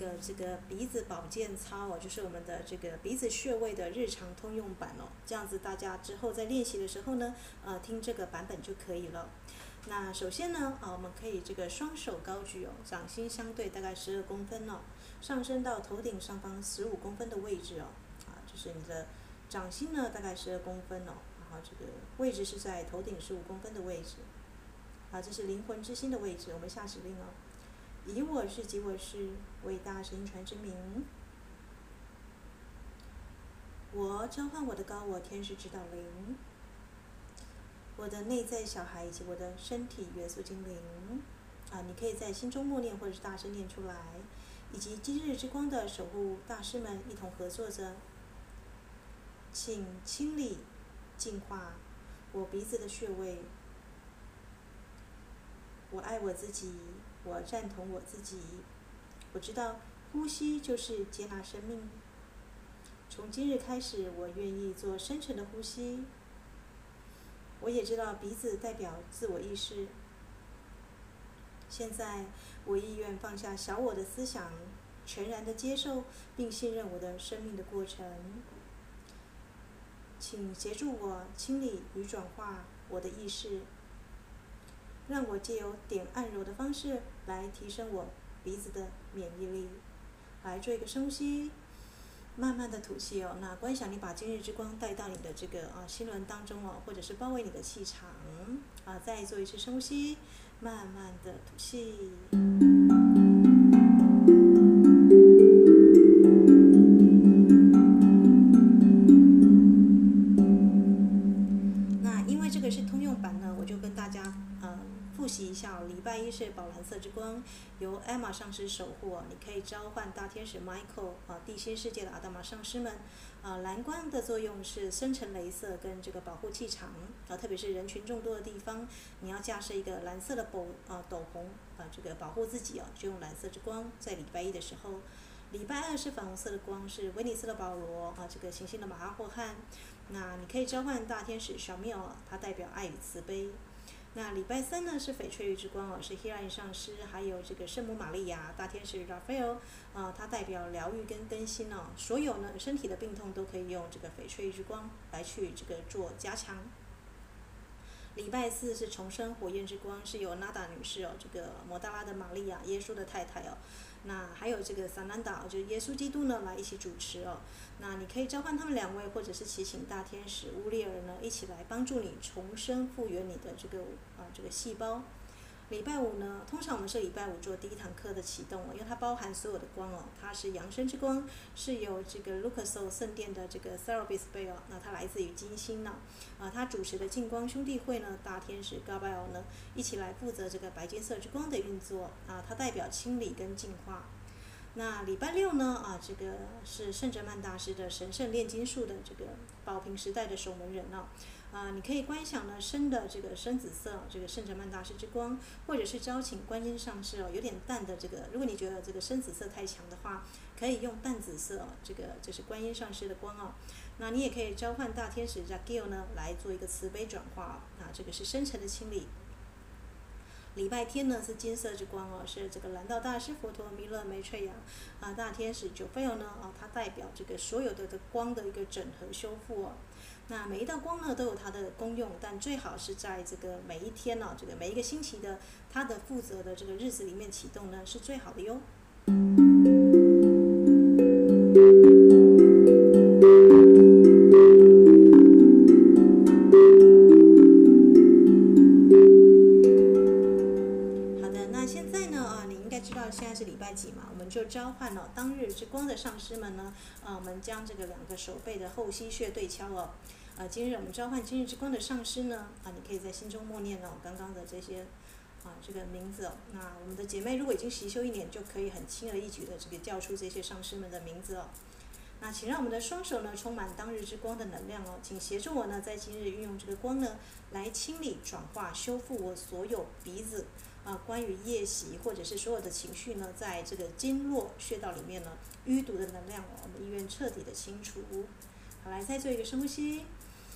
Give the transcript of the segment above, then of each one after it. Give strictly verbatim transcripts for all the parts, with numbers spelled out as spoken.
个这个鼻子保健操哦，就是我们的这个鼻子穴位的日常通用版哦。这样子大家之后在练习的时候呢，呃，听这个版本就可以了。那首先呢，啊，我们可以这个双手高举哦，掌心相对大概十二公分哦，上升到头顶上方十五公分的位置哦，啊，就是你的掌心呢大概十二公分哦，然后这个位置是在头顶十五公分的位置，啊，这是灵魂之心的位置。我们下指令哦，以我是即我是，为大神传之名，我召唤我的高我天使指导灵。我的内在小孩以及我的身体元素精灵，啊，你可以在心中默念或者是大声念出来，以及今日之光的守护大师们一同合作着，请清理、净化我鼻子的穴位。我爱我自己，我赞同我自己，我知道呼吸就是接纳生命。从今日开始，我愿意做深沉的呼吸。我也知道鼻子代表自我意识。现在，我意愿放下小我的思想，全然的接受并信任我的生命的过程。请协助我清理与转化我的意识，让我借由点按揉的方式来提升我鼻子的免疫力。来做一个深呼吸。慢慢的吐气哦，那观想你把今日之光带到你的这个啊心轮当中哦，或者是包围你的气场啊，再做一次深呼吸，慢慢的吐气。那因为这个是通用版呢，我就跟大家呃复习一下哦。礼拜一是宝蓝色之光，由 Emma 上师守护哦，你可以召唤大天使 Michael 啊，地心世界的阿达玛上师们。啊，蓝光的作用是生成雷射跟这个保护气场啊，特别是人群众多的地方，你要架设一个蓝色的斗啊斗篷啊，这个保护自己哦，就用蓝色之光。在礼拜一的时候，礼拜二是粉红色的光，是威尼斯的保罗啊，这个行星的马哈霍汉。那你可以召唤大天使小缪哦，它代表爱与慈悲。那礼拜三呢是翡翠玉之光哦，是希拉伊上师，还有这个圣母玛利亚大天使 Raphael， 啊，它代表疗愈跟更新哦。所有呢身体的病痛都可以用这个翡翠玉之光来去这个做加强。礼拜四是重生火焰之光，是由娜达女士哦，这个摩大拉的玛利亚，耶稣的太太哦。那还有这个萨南达，就是耶稣基督呢来一起主持哦。那你可以召唤他们两位，或者是祈请大天使乌列尔呢一起来帮助你重生复原你的这个啊这个细胞。礼拜五呢，通常我们是礼拜五做第一堂课的启动哦，因为它包含所有的光哦，它是扬升之光，是由这个 Lucaso 圣殿的这个 Serapis Bey 哦，那它来自于金星呢，啊，他主持的净光兄弟会呢，大天使 Gabriel 呢一起来负责这个白金色之光的运作啊，它代表清理跟净化。那礼拜六呢啊，这个是圣哲曼大师的神圣炼金术的这个宝瓶时代的守门人哦。啊，你可以观想呢深的这个深紫色，这个圣哲曼大师之光，或者是招请观音上师哦，有点淡的这个，如果你觉得这个深紫色太强的话，可以用淡紫色哦，这个就是观音上师的光哦。那你也可以召唤大天使 Jagiel 呢来做一个慈悲转化哦，啊，这个是深层的清理。礼拜天呢是金色之光哦，是这个蓝道大师佛陀弥勒梅翠亚啊，大天使九菲尔呢啊，它代表这个所有的的光的一个整合修复哦。那每一道光呢都有它的功用，但最好是在这个每一天呢、哦，这个每一个星期的它的负责的这个日子里面启动呢是最好的哟。好的，那现在呢啊，你应该知道现在是礼拜几嘛？我们就召唤了、哦、当日之光的上师们呢，啊，我们将这个两个手背的后溪穴对敲哦。啊，今日我们召唤今日之光的上师呢，啊，你可以在心中默念哦，刚刚的这些啊这个名字哦。那我们的姐妹如果已经习修一年，就可以很轻而易举的这个叫出这些上师们的名字哦。那请让我们的双手呢充满当日之光的能量哦，请协助我呢在今日运用这个光呢来清理、转化、修复我所有鼻子啊关于夜袭或者是所有的情绪呢，在这个经络穴道里面呢淤堵的能量哦，我们意愿彻底的清除。好，来再做一个深呼吸。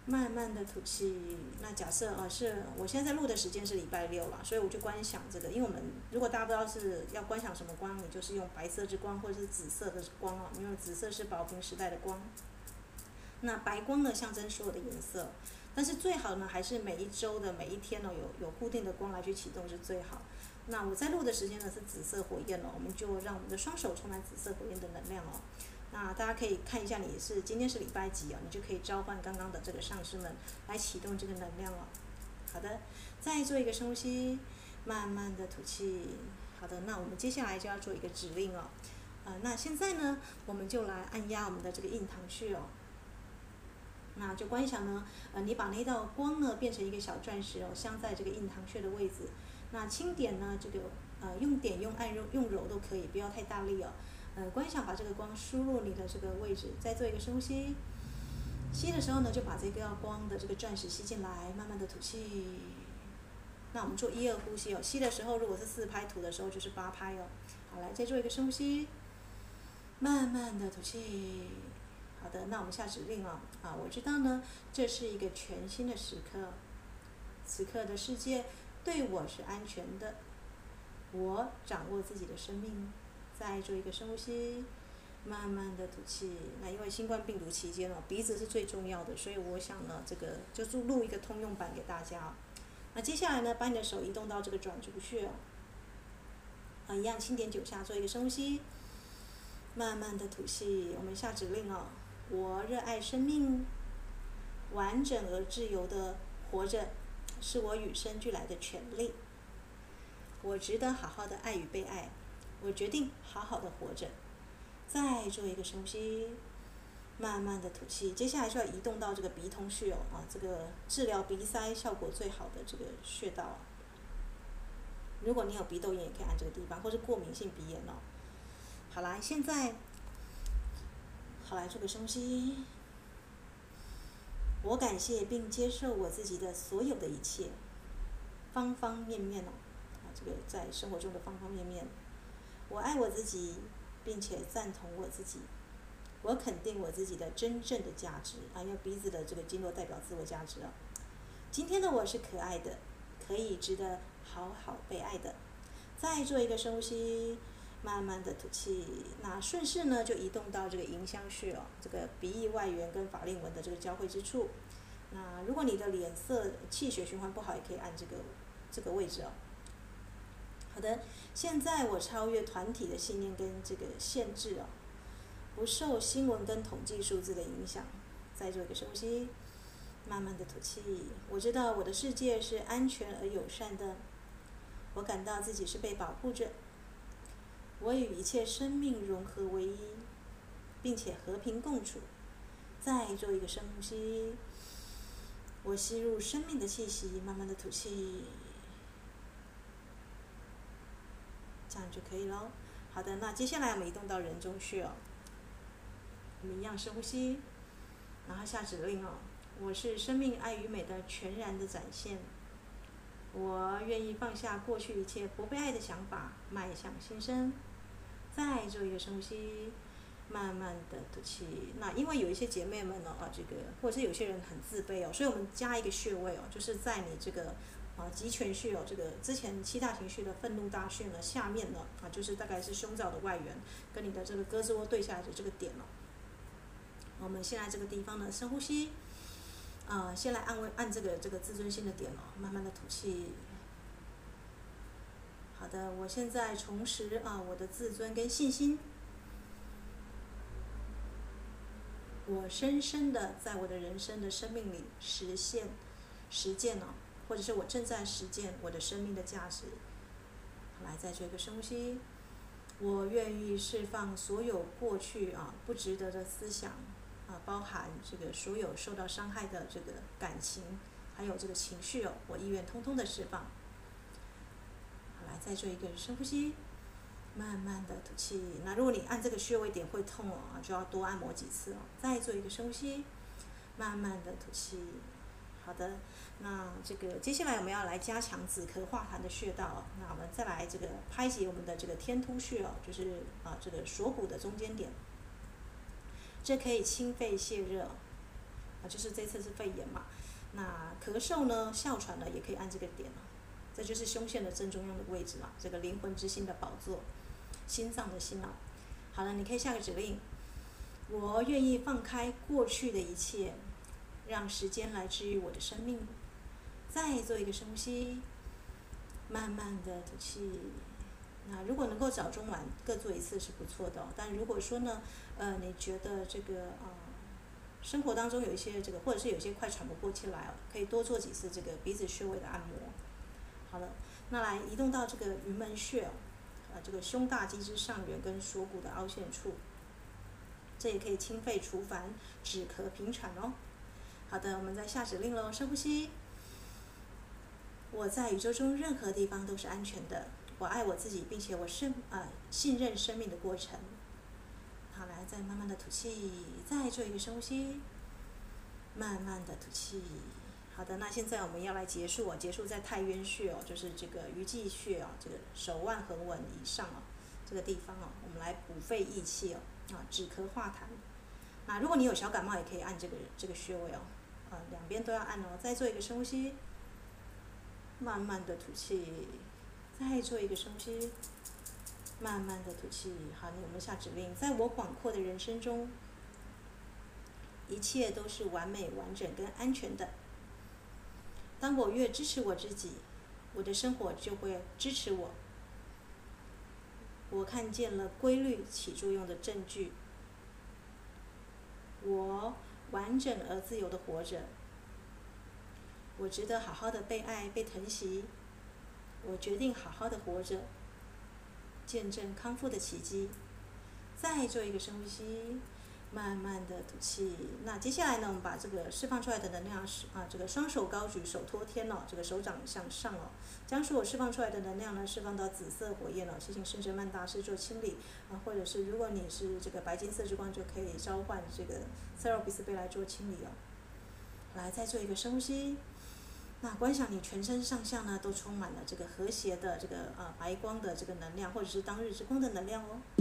慢慢的吐气。那假设啊，是我现在在录的时间是礼拜六啦，所以我就观想这个，因为我们如果大家不知道是要观想什么光，你就是用白色之光或者是紫色的光啊，因为紫色是宝瓶时代的光。那白光呢，象征所有的颜色，但是最好呢，还是每一周的每一天呢，有有固定的光来去启动是最好。那我在录的时间呢是紫色火焰哦，我们就让我们的双手充满紫色火焰的能量哦。那大家可以看一下，你是今天是礼拜几哦，你就可以召唤刚刚的这个上师们来启动这个能量哦。好的，再做一个深呼吸，慢慢的吐气。好的，那我们接下来就要做一个指令哦。呃，那现在呢，我们就来按压我们的这个印堂穴哦。那就观想呢，呃，你把那道光呢变成一个小钻石哦，镶在这个印堂穴的位置。那轻点呢，这个呃用点用按用用揉都可以，不要太大力哦。呃，观想把这个光输入你的这个位置，再做一个深呼吸。吸的时候呢，就把这个光的这个钻石吸进来，慢慢的吐气。那我们做一二呼吸哦，吸的时候如果是四拍，吐的时候就是八拍哦。好，来再做一个深呼吸，慢慢的吐气。好的，那我们下指令哦。啊，我知道呢，这是一个全新的时刻，此刻的世界对我是安全的，我掌握自己的生命。再做一个深呼吸，慢慢的吐气。那因为新冠病毒期间哦，鼻子是最重要的，所以我想呢，这个就是录一个通用版给大家哦。那接下来呢，把你的手移动到这个转足穴哦，啊，一样轻点九下，做一个深呼吸，慢慢的吐气。我们下指令哦，我热爱生命，完整而自由的活着，是我与生俱来的权利。我值得好好的爱与被爱，我决定好好的活着。再做一个深呼吸，慢慢的吐气。接下来就要移动到这个鼻通穴哦，啊，这个治疗鼻塞效果最好的这个穴道。如果你有鼻窦炎，也可以按这个地方，或是过敏性鼻炎哦。好啦，现在，好来做个深呼吸。我感谢并接受我自己的所有的一切，方方面面哦，啊，这个在生活中的方方面面。我爱我自己，并且赞同我自己。我肯定我自己的真正的价值啊，因为鼻子的这个经络代表自我价值啊。今天的我是可爱的，可以值得好好被爱的。再做一个深呼吸，慢慢的吐气。那顺势呢，就移动到这个迎香穴哦，这个鼻翼外缘跟法令纹的这个交汇之处。那如果你的脸色气血循环不好，也可以按这个这个位置哦。好的，现在我超越团体的信念跟这个限制哦，不受新闻跟统计数字的影响。再做一个深呼吸，慢慢的吐气。我知道我的世界是安全而友善的，我感到自己是被保护着。我与一切生命融合为一，并且和平共处。再做一个深呼吸，我吸入生命的气息，慢慢的吐气。这样就可以咯。好的，那接下来我们移动到人中穴哦。我们一样深呼吸，然后下指令哦。我是生命爱与美的全然的展现。我愿意放下过去一切不被爱的想法，迈向新生。再做一个深呼吸，慢慢的吐气。那因为有一些姐妹们呢、哦，啊，这个或者是有些人很自卑哦，所以我们加一个穴位哦，就是在你这个啊极泉穴哦，这个之前七大情绪的愤怒大穴呢下面呢啊，就是大概是胸罩的外缘，跟你的这个胳肢窝对下来的这个点哦。我们现在这个地方呢，深呼吸，呃，先来按位按这个这个自尊心的点哦，慢慢的吐气。好的，我现在重拾啊我的自尊跟信心。我深深的在我的人生的生命里实现、实践哦，或者是我正在实践我的生命的价值。好，来再做一个深呼吸。我愿意释放所有过去啊不值得的思想啊，包含这个所有受到伤害的这个感情，还有这个情绪哦，我意愿通通的释放。好，来再做一个深呼吸，慢慢的吐气。那如果你按这个穴位点会痛哦，就要多按摩几次哦。再做一个深呼吸，慢慢的吐气。好的，那这个接下来我们要来加强止咳化痰的穴道哦。那我们再来这个拍击我们的这个天突穴哦，就是啊这个锁骨的中间点，这可以清肺泻热， 啊，就是这次是肺炎嘛。那咳嗽呢、哮喘呢，也可以按这个点哦，这就是胸腺的正中央的位置嘛，这个灵魂之心的宝座，心脏的心哦。好了，你可以下个指令，我愿意放开过去的一切，让时间来治愈我的生命。再做一个深呼吸，慢慢的吐气。那如果能够早中晚各做一次是不错的哦，但如果说呢，呃，你觉得这个呃生活当中有一些这个，或者是有一些快喘不过气来哦，可以多做几次这个鼻子穴位的按摩。好了，那来移动到这个云门穴哦，呃，这个胸大肌之上缘跟锁骨的凹陷处，这也可以清肺除烦、止咳平喘哦。好的，我们再下指令喽，深呼吸。我在宇宙中任何地方都是安全的，我爱我自己，并且我生呃信任生命的过程。好，来再慢慢的吐气，再做一个深呼吸，慢慢的吐气。好的，那现在我们要来结束哦，结束在太渊穴哦，就是这个鱼际穴哦，这个手腕横纹以上哦，这个地方哦，我们来补肺益气哦，啊，止咳化痰。那如果你有小感冒，也可以按这个这个穴位哦，啊，两边都要按哦。再做一个深呼吸。慢慢的吐气，再做一个深呼吸，慢慢的吐气。好，我们下指令，在我广阔的人生中，一切都是完美、完整跟安全的。当我越支持我自己，我的生活就会支持我。我看见了规律起作用的证据。我完整而自由的活着。我值得好好的被爱、被疼惜。我决定好好的活着，见证康复的奇迹。再做一个深呼吸，慢慢的吐气。那接下来呢，我们把这个释放出来的能量是啊，这个双手高举，手托天哦，这个手掌向上哦，将所有释放出来的能量呢，释放到紫色火焰哦，谢谢圣哲曼大师做清理啊，或者是如果你是这个白金色之光，就可以召唤这个塞罗比斯贝来做清理哦。来，再做一个深呼吸。那观想你全身上下呢，都充满了这个和谐的这个呃白光的这个能量，或者是当日之光的能量哦。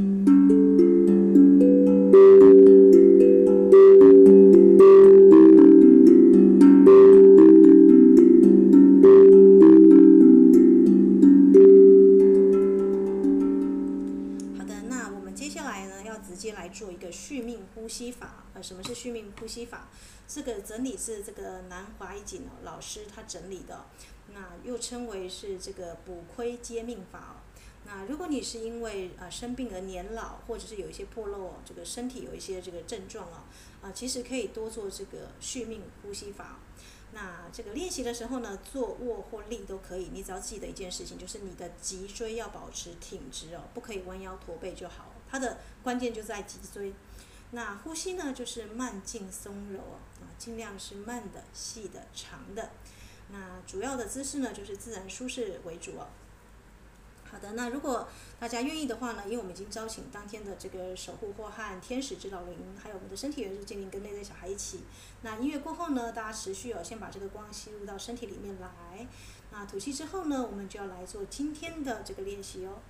好的，那我们接下来呢，要直接来做一个续命呼吸法。呃，什么是续命呼吸法？这个整理是这个南怀瑾哦老师他整理的哦，那又称为是这个补亏接命法哦。那如果你是因为呃生病而年老，或者是有一些破漏哦，这个身体有一些这个症状哦，啊、呃，其实可以多做这个续命呼吸法哦。那这个练习的时候呢，坐卧或立都可以，你只要记得一件事情，就是你的脊椎要保持挺直哦，不可以弯腰驼背就好。它的关键就在脊椎。那呼吸呢，就是慢静松柔哦，啊，尽量是慢的、细的、长的。那主要的姿势呢，就是自然舒适为主哦。好的，那如果大家愿意的话呢，因为我们已经招请当天的这个守护或和天使指导灵，还有我们的身体元素精灵跟内在小孩一起。那音乐过后呢，大家持续哦，先把这个光吸入到身体里面来。那吐气之后呢，我们就要来做今天的这个练习哦。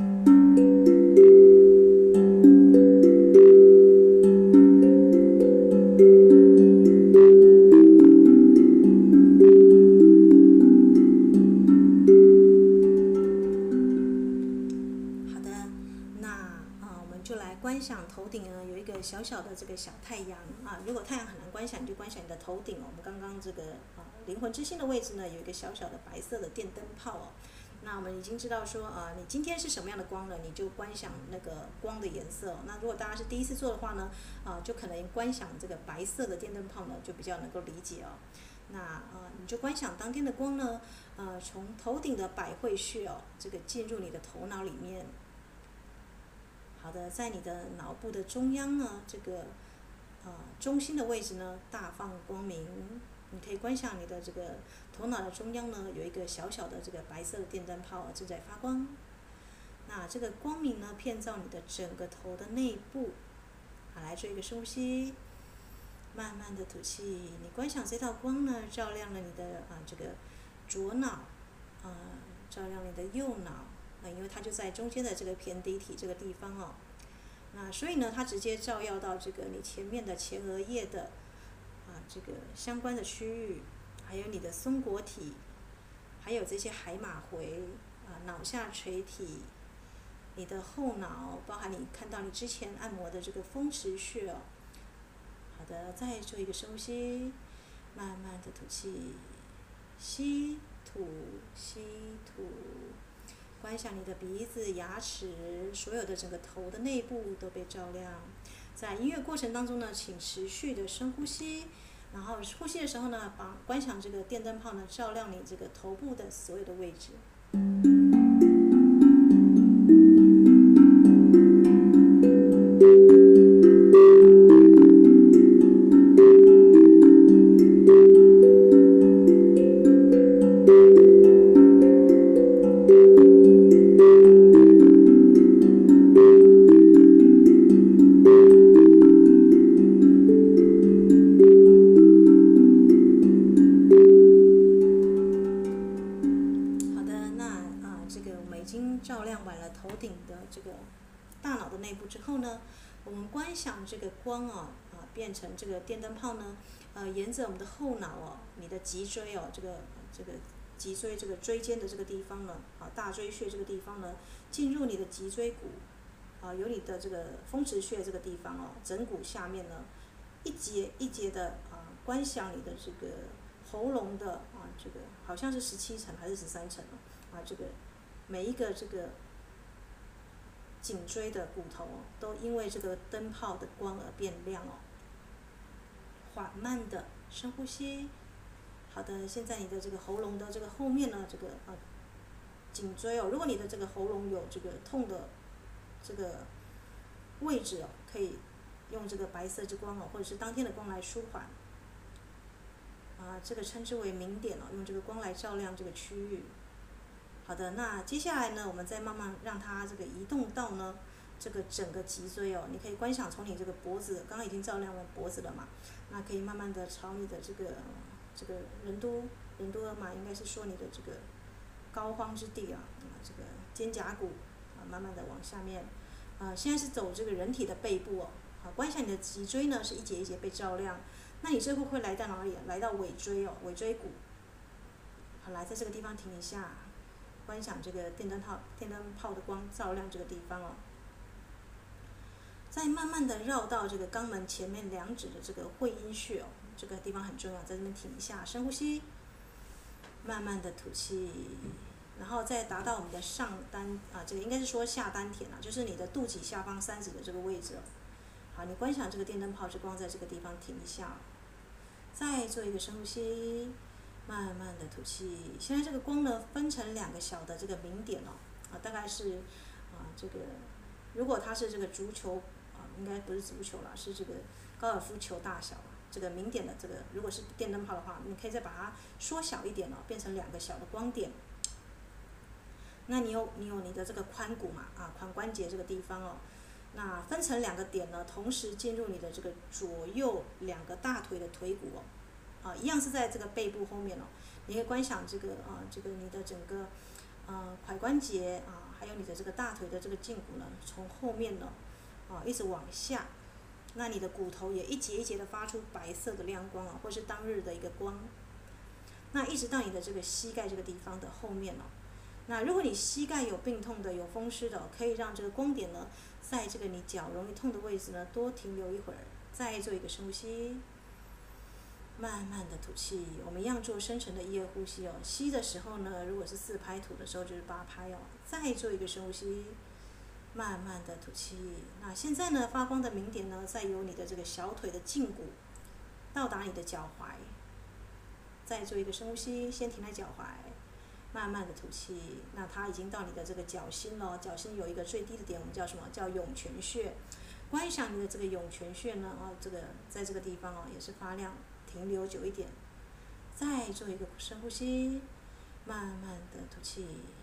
观想头顶呢有一个小小的这个小太阳啊，如果太阳很难观想，你就观想你的头顶哦。我们刚刚这个啊灵魂之心的位置呢，有一个小小的白色的电灯泡哦。那我们已经知道说啊，你今天是什么样的光呢？你就观想那个光的颜色哦。那如果大家是第一次做的话呢，啊，就可能观想这个白色的电灯泡呢，就比较能够理解哦。那呃，你就观想当天的光呢，呃，从头顶的百会穴哦，这个进入你的头脑里面。好的，在你的脑部的中央呢，这个呃中心的位置呢，大放光明。你可以观想你的这个头脑的中央呢，有一个小小的这个白色的电灯泡正在发光。那这个光明呢，遍照你的整个头的内部。好，来做一个深呼吸，慢慢的吐气。你观想这道光呢，照亮了你的啊、呃、这个左脑，呃，照亮你的右脑。啊，因为它就在中间的这个胼胝体这个地方哦，那所以呢，它直接照耀到这个你前面的前额叶的啊这个相关的区域，还有你的松果体，还有这些海马回啊脑下垂体，你的后脑，包含你看到你之前按摩的这个风池穴哦。好的，再做一个深呼吸，慢慢的吐气，吸吐吸吐，观想你的鼻子、牙齿，所有的整个头的内部都被照亮。在音乐过程当中呢，请持续的深呼吸，然后呼吸的时候呢，把观想这个电灯泡呢照亮你这个头部的所有的位置。这个光哦，啊，变成这个电灯泡呢，呃，沿着我们的后脑哦，你的脊椎哦，这个这个脊椎这个椎间的这个地方呢，啊，大椎穴这个地方呢，进入你的脊椎骨，啊，有你的这个风池穴这个地方哦，枕骨下面呢，一节一节的啊，观想你的这个喉咙的啊，这个好像是十七层还是十三层哦，啊，这个每一个这个。颈椎的骨头都因为这个灯泡的光而变亮哦。缓慢的深呼吸。好的，现在你的这个喉咙的这个后面呢，这个呃颈椎哦，如果你的这个喉咙有这个痛的这个位置哦，可以用这个白色之光哦，或者是当天的光来舒缓。啊，这个称之为明点哦，用这个光来照亮这个区域。好的，那接下来呢，我们再慢慢让它这个移动到呢，这个整个脊椎哦，你可以观想从你这个脖子，刚刚已经照亮了脖子了嘛，那可以慢慢的朝你的这个这个任督任督二脉，应该是说你的这个膏肓之地啊，啊这个肩胛骨啊，慢慢的往下面，啊现在是走这个人体的背部哦，好，观想你的脊椎呢是一节一节被照亮，那你最后会来到哪里？来到尾椎哦，尾椎骨。好，来在这个地方停一下。观想这个电灯泡电灯泡的光照亮这个地方哦，再慢慢的绕到这个肛门前面两指的这个会阴穴哦，这个地方很重要，在这边停一下，深呼吸，慢慢的吐气，然后再达到我们的上丹啊，这个应该是说下丹田啊，就是你的肚脐下方三指的这个位置哦。好，你观想这个电灯泡之光在这个地方停一下，再做一个深呼吸。慢慢的吐气，现在这个光呢分成两个小的这个明点哦，啊大概是啊这个，如果它是这个足球啊，应该不是足球啦，是这个高尔夫球大小啊，这个明点的这个，如果是电灯泡的话，你可以再把它缩小一点哦，变成两个小的光点。那你有你有你的这个髋骨嘛，啊髋关节这个地方哦，那分成两个点呢，同时进入你的这个左右两个大腿的腿骨哦。啊，一样是在这个背部后面哦，你可以观想这个啊，这个你的整个呃踝关节啊，还有你的这个大腿的这个胫骨呢，从后面呢啊一直往下，那你的骨头也一节一节的发出白色的亮光啊，或是当日的一个光，那一直到你的这个膝盖这个地方的后面哦，那如果你膝盖有病痛的、有风湿的，可以让这个光点呢，在这个你脚容易痛的位置呢多停留一会儿，再做一个深呼吸。慢慢的吐气，我们一样做深层的一二呼吸哦。吸的时候呢，如果是四拍，吐的时候就是八拍哦。再做一个深呼吸，慢慢的吐气。那现在呢，发光的明点呢，再由你的这个小腿的胫骨到达你的脚踝。再做一个深呼吸，先停在脚踝，慢慢的吐气。那它已经到你的这个脚心了，脚心有一个最低的点，我们叫什么？叫涌泉穴。观想你的这个涌泉穴呢，哦，这个在这个地方哦，也是发亮。停留久一点，再做一个深呼吸，慢慢的吐气。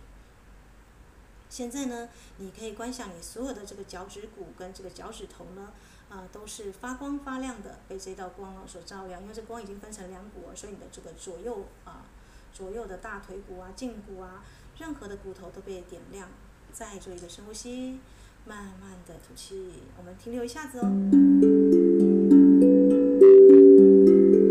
现在呢，你可以观想你所有的这个脚趾骨跟这个脚趾头呢，啊、呃，都是发光发亮的，被这道光所照亮。因为这光已经分成两股，所以你的这个左右啊，左右的大腿骨啊、胫骨啊，任何的骨头都被点亮。再做一个深呼吸，慢慢的吐气。我们停留一下子哦。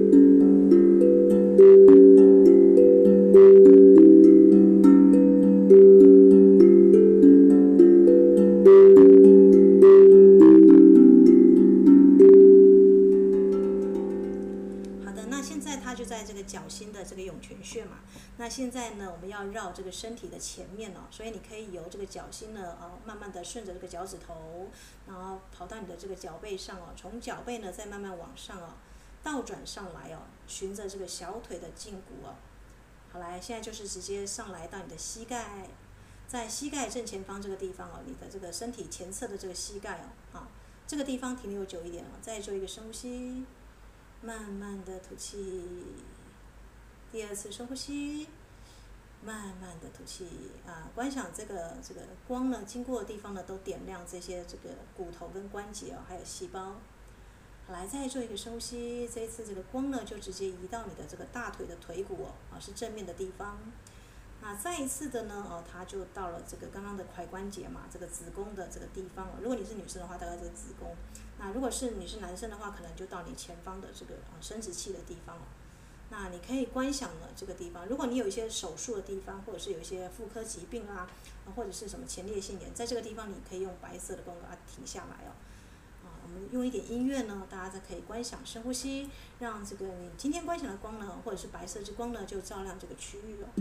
那现在呢，我们要绕这个身体的前面哦，所以你可以由这个脚心呢，啊，慢慢的顺着这个脚趾头，然后跑到你的这个脚背上哦，从脚背呢再慢慢往上哦，倒转上来哦，循着这个小腿的胫骨哦。好，来，现在就是直接上来到你的膝盖，在膝盖正前方这个地方哦，你的这个身体前侧的这个膝盖哦，啊，这个地方停留久一点哦，再做一个深呼吸，慢慢的吐气，第二次深呼吸，慢慢的吐气啊，观想这个这个光呢经过的地方呢都点亮这些这个骨头跟关节哦，还有细胞。好，来再做一个深呼吸，这一次这个光呢就直接移到你的这个大腿的腿骨哦，啊是正面的地方。那再一次的呢，哦，它就到了这个刚刚的踝关节嘛，这个子宫的这个地方哦。如果你是女生的话，大概这个子宫；那如果是你是男生的话，可能就到你前方的这个啊生殖器的地方哦。那你可以观想呢这个地方，如果你有一些手术的地方，或者是有一些妇科疾病啊，或者是什么前列腺炎，在这个地方你可以用白色的光把它停下来哦。啊，我们用一点音乐呢，大家再可以观想深呼吸，让这个你今天观想的光呢，或者是白色之光呢，就照亮这个区域哦。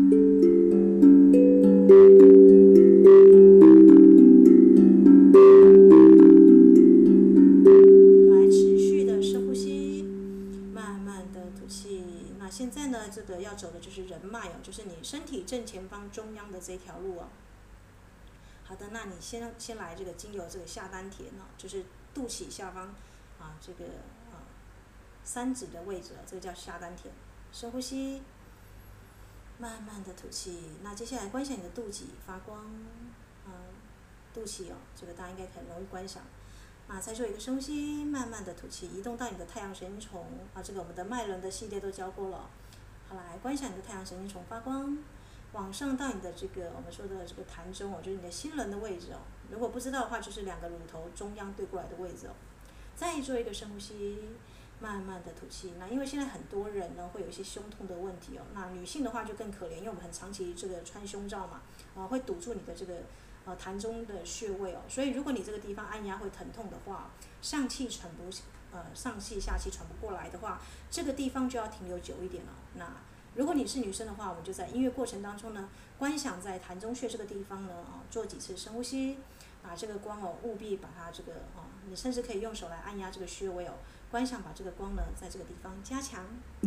现在呢，这个要走的就是人脉哦，就是你身体正前方中央的这条路哦。好的，那你先先来这个经由这个下丹田哦，就是肚脐下方啊这个啊三指的位置哦，这个叫下丹田。深呼吸，慢慢的吐气。那接下来观想你的肚脐发光，嗯，肚脐哦，这个大家应该很容易观想。啊，再做一个深呼吸，慢慢的吐气，移动到你的太阳神经丛啊，这个我们的脉轮的系列都教过了。好，来观想你的太阳神经丛发光，往上到你的这个我们说的这个膻中哦，就是你的心轮的位置哦。如果不知道的话，就是两个乳头中央对过来的位置哦。再做一个深呼吸，慢慢的吐气。那因为现在很多人呢会有一些胸痛的问题哦，那女性的话就更可怜，因为我们很长期这个穿胸罩嘛，啊会堵住你的这个。呃，膻中的穴位哦，所以如果你这个地方按压会疼痛的话，上气喘不呃上气下气喘不过来的话，这个地方就要停留久一点了。那如果你是女生的话，我们就在音乐过程当中呢，观想在膻中穴这个地方呢，啊，做几次深呼吸，把这个光哦，务必把它这个啊，你甚至可以用手来按压这个穴位哦，观想把这个光呢，在这个地方加强。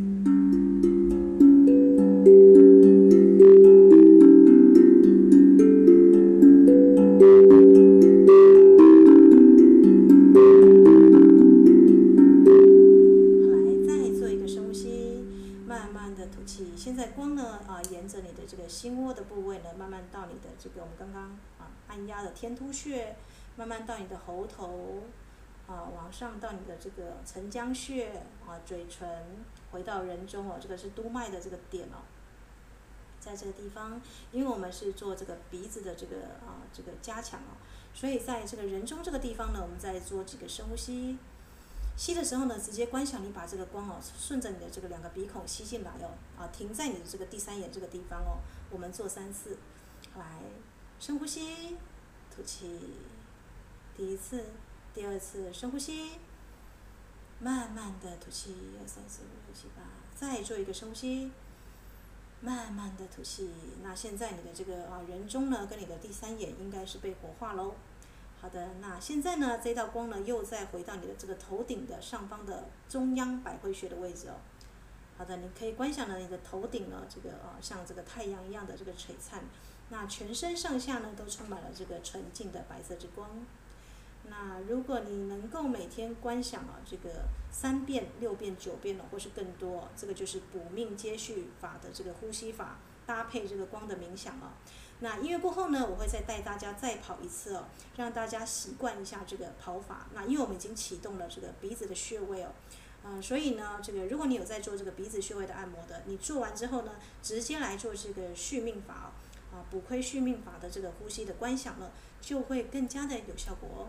心窝的部位呢，慢慢到你的这个我们刚刚啊按压的天突穴，慢慢到你的喉头，啊往上到你的这个承浆穴啊嘴唇，回到人中哦，这个是督脉的这个点哦，在这个地方，因为我们是做这个鼻子的这个啊这个加强哦，所以在这个人中这个地方呢，我们再做几个深呼吸。吸的时候呢，直接观想你把这个光哦，顺着你的这个两个鼻孔吸进来哦，啊，停在你的这个第三眼这个地方哦。我们做三次，来，深呼吸，吐气，第一次，第二次，深呼吸，慢慢的吐气，一二三四五六七八，再做一个深呼吸，慢慢的吐气。那现在你的这个啊人中呢，跟你的第三眼应该是被活化喽。好的，那现在呢，这道光呢又再回到你的这个头顶的上方的中央百会穴的位置哦。好的，你可以观想呢，你的头顶呢，这个啊像这个太阳一样的这个璀璨，那全身上下呢都充满了这个纯净的白色之光。那如果你能够每天观想啊这个三遍、六遍、九遍了，或是更多，这个就是补命接续法的这个呼吸法，搭配这个光的冥想啊。那音乐过后呢，我会再带大家再跑一次哦，让大家习惯一下这个跑法。那因为我们已经启动了这个鼻子的穴位哦，嗯、呃，所以呢，这个如果你有在做这个鼻子穴位的按摩的，你做完之后呢，直接来做这个续命法哦，啊，补亏续命法的这个呼吸的观想呢，就会更加的有效果哦。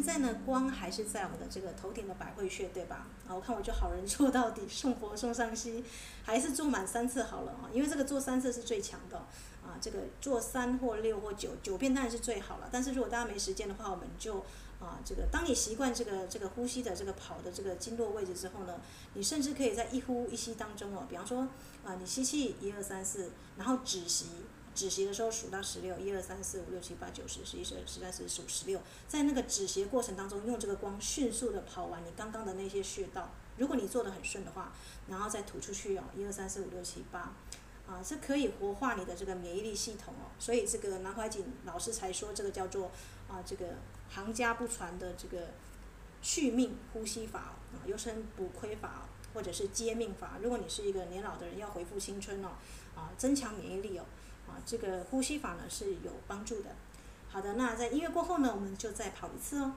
现在呢，光还是在我们的这个头顶的百会穴，对吧？啊，我看我就好人做到底，送佛送上西，还是做满三次好了啊，因为这个做三次是最强的啊。这个做三或六或九，九遍当然是最好了。但是如果大家没时间的话，我们就啊，这个当你习惯这个这个呼吸的这个跑的这个经络位置之后呢，你甚至可以在一呼一吸当中哦，比方说啊，你吸气一二三四，然后止息。止息的时候数到十六，一二三四五六七八九十十一十二十三十数十六，在那个止息过程当中，用这个光迅速的跑完你刚刚的那些穴道。如果你做得很顺的话，然后再吐出去哦，一二三四五六七八，啊，是可以活化你的这个免疫力系统哦。所以这个南怀瑾老师才说这个叫做啊这个行家不传的这个续命呼吸法啊，又称补亏法或者是接命法。如果你是一个年老的人要恢复青春哦，啊增强免疫力哦。啊，这个呼吸法呢是有帮助的。好的，那在音乐过后呢，我们就再跑一次哦。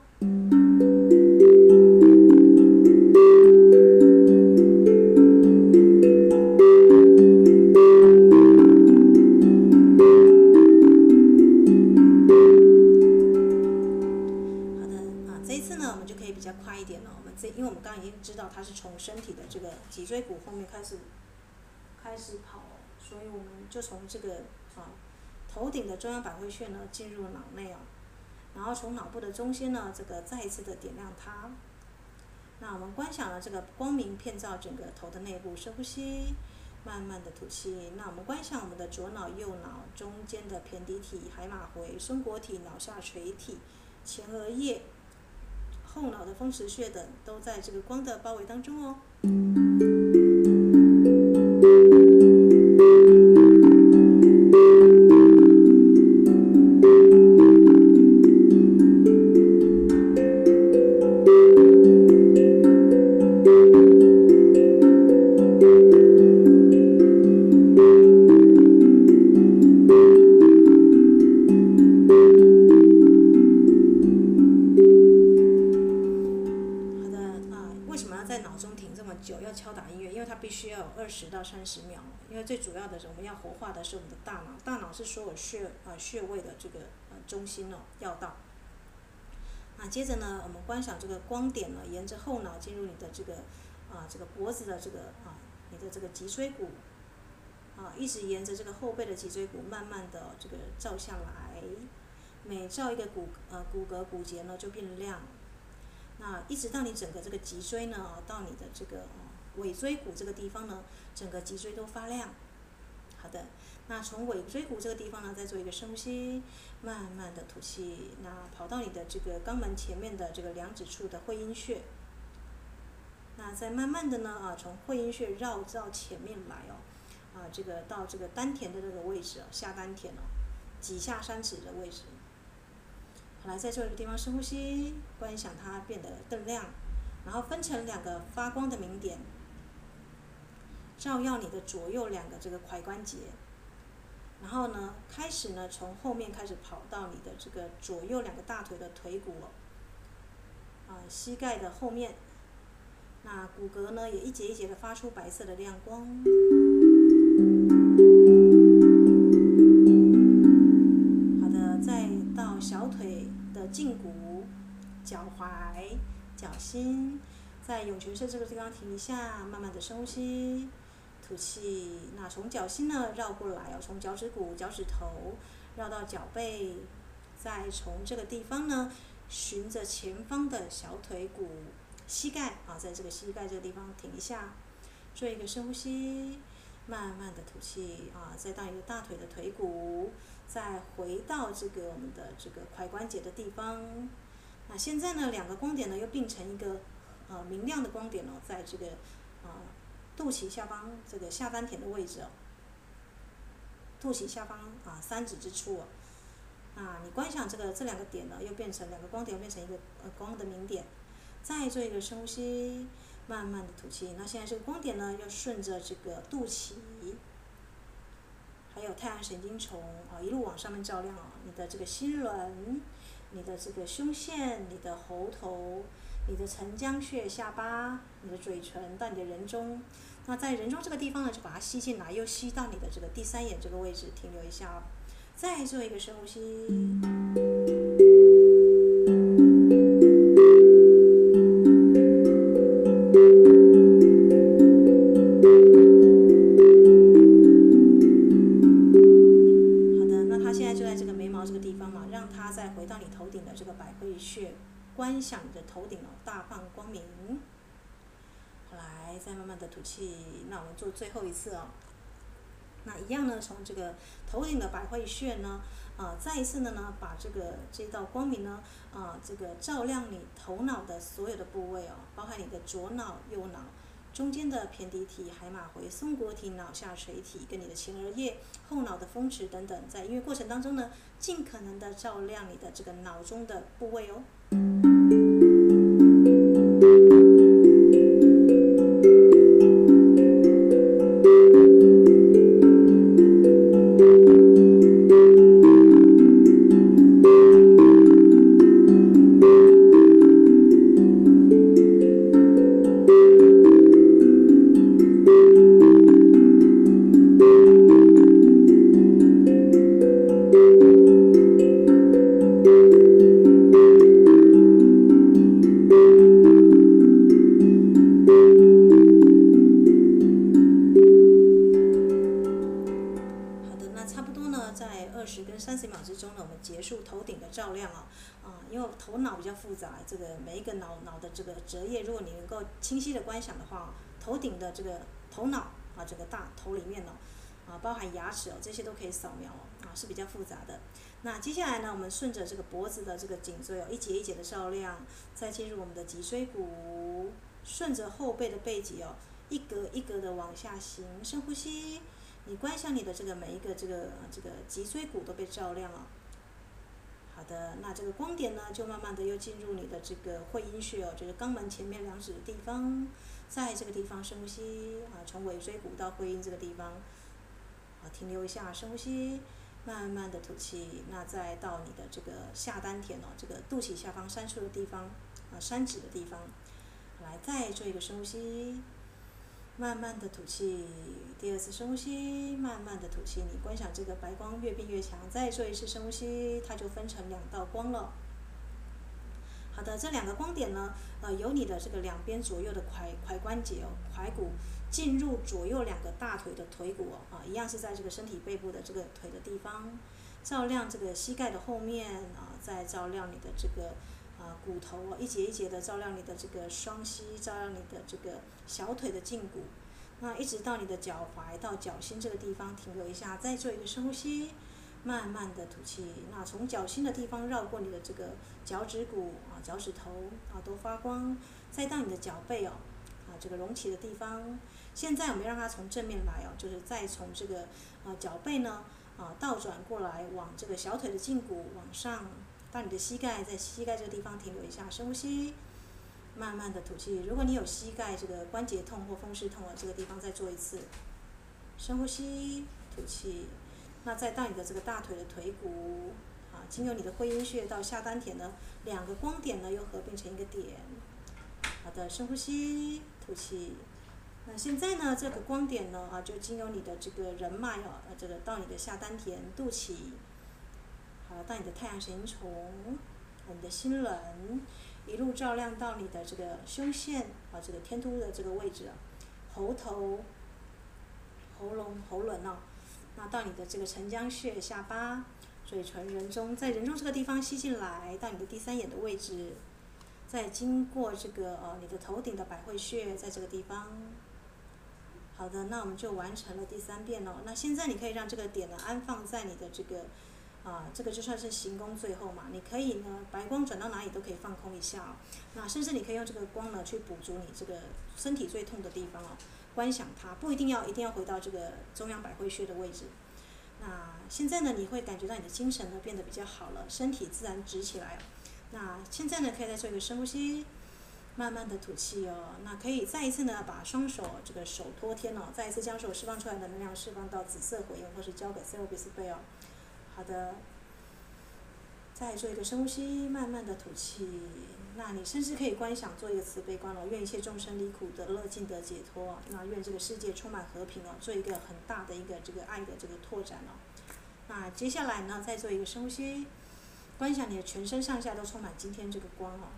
好的啊，这一次呢，我们就可以比较快一点了。我们这，因为我们刚刚已经知道它是从身体的这个脊椎骨后面开始开始跑。所以我们就从这个啊头顶的中央百会穴呢进入脑内哦，然后从脑部的中心呢这个再一次的点亮它。那我们观想了这个光明遍照整个头的内部，深呼吸，慢慢的吐气。那我们观想我们的左脑、右脑、中间的胼胝体、海马回、松果体、脑下垂体、前额叶、后脑的风池穴等都在这个光的包围当中哦。二十到三十秒，因为最主要的是我们要活化的是我们的大脑，大脑是所有穴啊、呃、穴位的这个呃中心哦要道。那接着呢，我们观想这个光点呢，沿着后脑进入你的这个啊、呃、这个脖子的这个啊、呃、你的这个脊椎骨啊，一直沿着这个后背的脊椎骨慢慢的这个照下来，每照一个骨呃骨骼骨节呢就变亮，那一直到你整个这个脊椎呢，到你的这个呃尾椎骨这个地方呢，整个脊椎都发亮。好的，那从尾椎骨这个地方呢，再做一个深呼吸，慢慢的吐气。那跑到你的这个肛门前面的这个两指处的会阴穴，那再慢慢的呢啊，从会阴穴绕到前面来哦，啊，这个到这个丹田的这个位置哦，下丹田哦，脊下三尺的位置。好，来在这个地方深呼吸，观想它变得更亮，然后分成两个发光的明点。照耀你的左右两个这个踝关节，然后呢，开始呢从后面开始跑到你的这个左右两个大腿的腿骨哦，啊，膝盖的后面，那骨骼呢也一节一节的发出白色的亮光。好的，再到小腿的胫骨、脚踝、脚心，在涌泉穴这个地方停一下，慢慢的深呼吸。吐气，那从脚心呢绕过来哦，从脚趾骨、脚趾头绕到脚背，再从这个地方呢，循着前方的小腿骨、膝盖啊，在这个膝盖这个地方停一下，做一个深呼吸，慢慢的吐气啊，再到你的大腿的腿骨，再回到这个我们的这个踝关节的地方。那现在呢，两个光点呢又并成一个呃明亮的光点哦，在这个啊。呃肚脐下方这个下丹田的位置哦，肚脐下方啊三指之处哦，啊你观想这个这两个点呢，又变成两个光点，变成一个呃光的明点，再做一个深呼吸，慢慢的吐气。那现在这个光点呢，要顺着这个肚脐，还有太阳神经丛啊一路往上面照亮哦，你的这个心轮，你的这个胸腺，你的喉头。你的承浆穴、下巴、你的嘴唇到你的人中，那在人中这个地方呢，就把它吸进来，又吸到你的这个第三眼这个位置，停留一下哦。再做一个深呼吸。 观想你的头顶哦大放光明。好，来，再慢慢的吐气。那我们做最后一次哦。那一样呢，从这个头顶的百会穴呢，啊、呃，再一次的呢，把这个这道光明呢，啊、呃，这个照亮你头脑的所有的部位哦，包含你的左脑、右脑、中间的胼胝体、海马回、松果体、脑下垂体，跟你的前额叶、后脑的风池等等，在音乐过程当中呢，尽可能的照亮你的这个脑中的部位哦。结束头顶的照亮啊，啊，因为头脑比较复杂，这个每一个脑脑的这个折页，如果你能够清晰的观想的话，头顶的这个头脑啊，这个大头里面呢，啊，包含牙齿哦，这些都可以扫描啊，是比较复杂的。那接下来呢，我们顺着这个脖子的这个颈椎哦，一节一节的照亮，再进入我们的脊椎骨，顺着后背的背脊哦，一格一格的往下行，深呼吸，你观想你的这个每一个这个这个脊椎骨都被照亮了。好的，那这个光点呢，就慢慢的又进入你的这个会阴穴哦，就是肛门前面两指的地方，在这个地方深呼吸啊，从尾椎骨到会阴这个地方，啊，停留一下，深呼吸，慢慢的吐气，那再到你的这个下丹田哦，这个肚脐下方三处的地方，啊，三指的地方，来再做一个深呼吸。慢慢的吐气，第二次深呼吸，慢慢的吐气。你观想这个白光越变越强，再做一次深呼吸，它就分成两道光了。好的，这两个光点呢，呃，由你的这个两边左右的踝踝关节哦，踝骨进入左右两个大腿的腿骨哦，啊，一样是在这个身体背部的这个腿的地方，照亮这个膝盖的后面啊，再照亮你的这个。啊，骨头啊，一节一节的照亮你的这个双膝，照亮你的这个小腿的胫骨，那一直到你的脚踝到脚心这个地方停留一下，再做一个深呼吸，慢慢的吐气。那从脚心的地方绕过你的这个脚趾骨啊，脚趾头啊都发光，再到你的脚背哦，啊这个隆起的地方。现在我们让它从正面来哦，就是再从这个啊脚背呢啊倒转过来，往这个小腿的胫骨往上。到你的膝盖，在膝盖这个地方停留一下，深呼吸，慢慢的吐气。如果你有膝盖这个关节痛或风湿痛啊，这个地方再做一次，深呼吸，吐气。那再到你的这个大腿的腿骨，啊，经由你的会阴穴到下丹田呢，两个光点呢又合并成一个点。好的，深呼吸，吐气。那现在呢，这个光点呢啊，就经由你的这个人脉哦，呃，这个到你的下丹田、肚脐。好，到你的太阳神经丛，你的心轮，一路照亮到你的这个胸腺啊，这个天突的这个位置啊，喉头、喉咙、喉轮哦，那到你的这个承浆穴、下巴、嘴唇、人中，在人中这个地方吸进来，到你的第三眼的位置，再经过这个呃你的头顶的百会穴，在这个地方。好的，那我们就完成了第三遍哦。那现在你可以让这个点呢安放在你的这个。啊，这个就算是行宫最后嘛，你可以呢，白光转到哪里都可以放空一下哦。那甚至你可以用这个光呢去补足你这个身体最痛的地方哦，观想它，不一定要一定要回到这个中央百会穴的位置。那现在呢，你会感觉到你的精神呢变得比较好了，身体自然直起来。那现在呢，可以再做一个深呼吸，慢慢的吐气哦。那可以再一次呢，把双手这个手托天哦，再一次将手释放出来的能量释放到紫色回音，或是交给 Serapis Bell 哦。好的，再做一个深呼吸，慢慢的吐气。那你甚至可以观想做一个慈悲观哦，愿一切众生离苦得乐，尽得解脱。那愿这个世界充满和平哦，做一个很大的一个这个爱的这个拓展哦。那接下来呢，再做一个深呼吸，观想你的全身上下都充满今天这个光哦。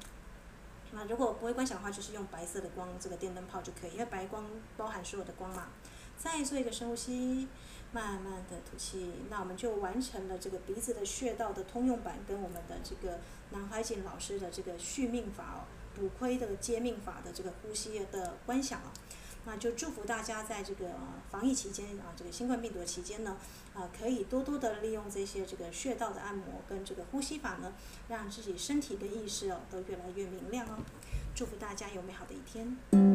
那如果不会观想的话，就是用白色的光，这个电灯泡就可以，因为白光包含所有的光嘛。 再做一个深呼吸，慢慢的吐气。那我们就完成了这个鼻子的穴道的通用版，跟我们的这个南怀瑾老师的这个续命法哦，补亏的接命法的这个呼吸的观想啊。那就祝福大家在这个、呃、防疫期间啊，这个新冠病毒期间呢，啊，可以多多的利用这些这个穴道的按摩跟这个呼吸法呢，让自己身体跟意识哦都越来越明亮哦。祝福大家有美好的一天。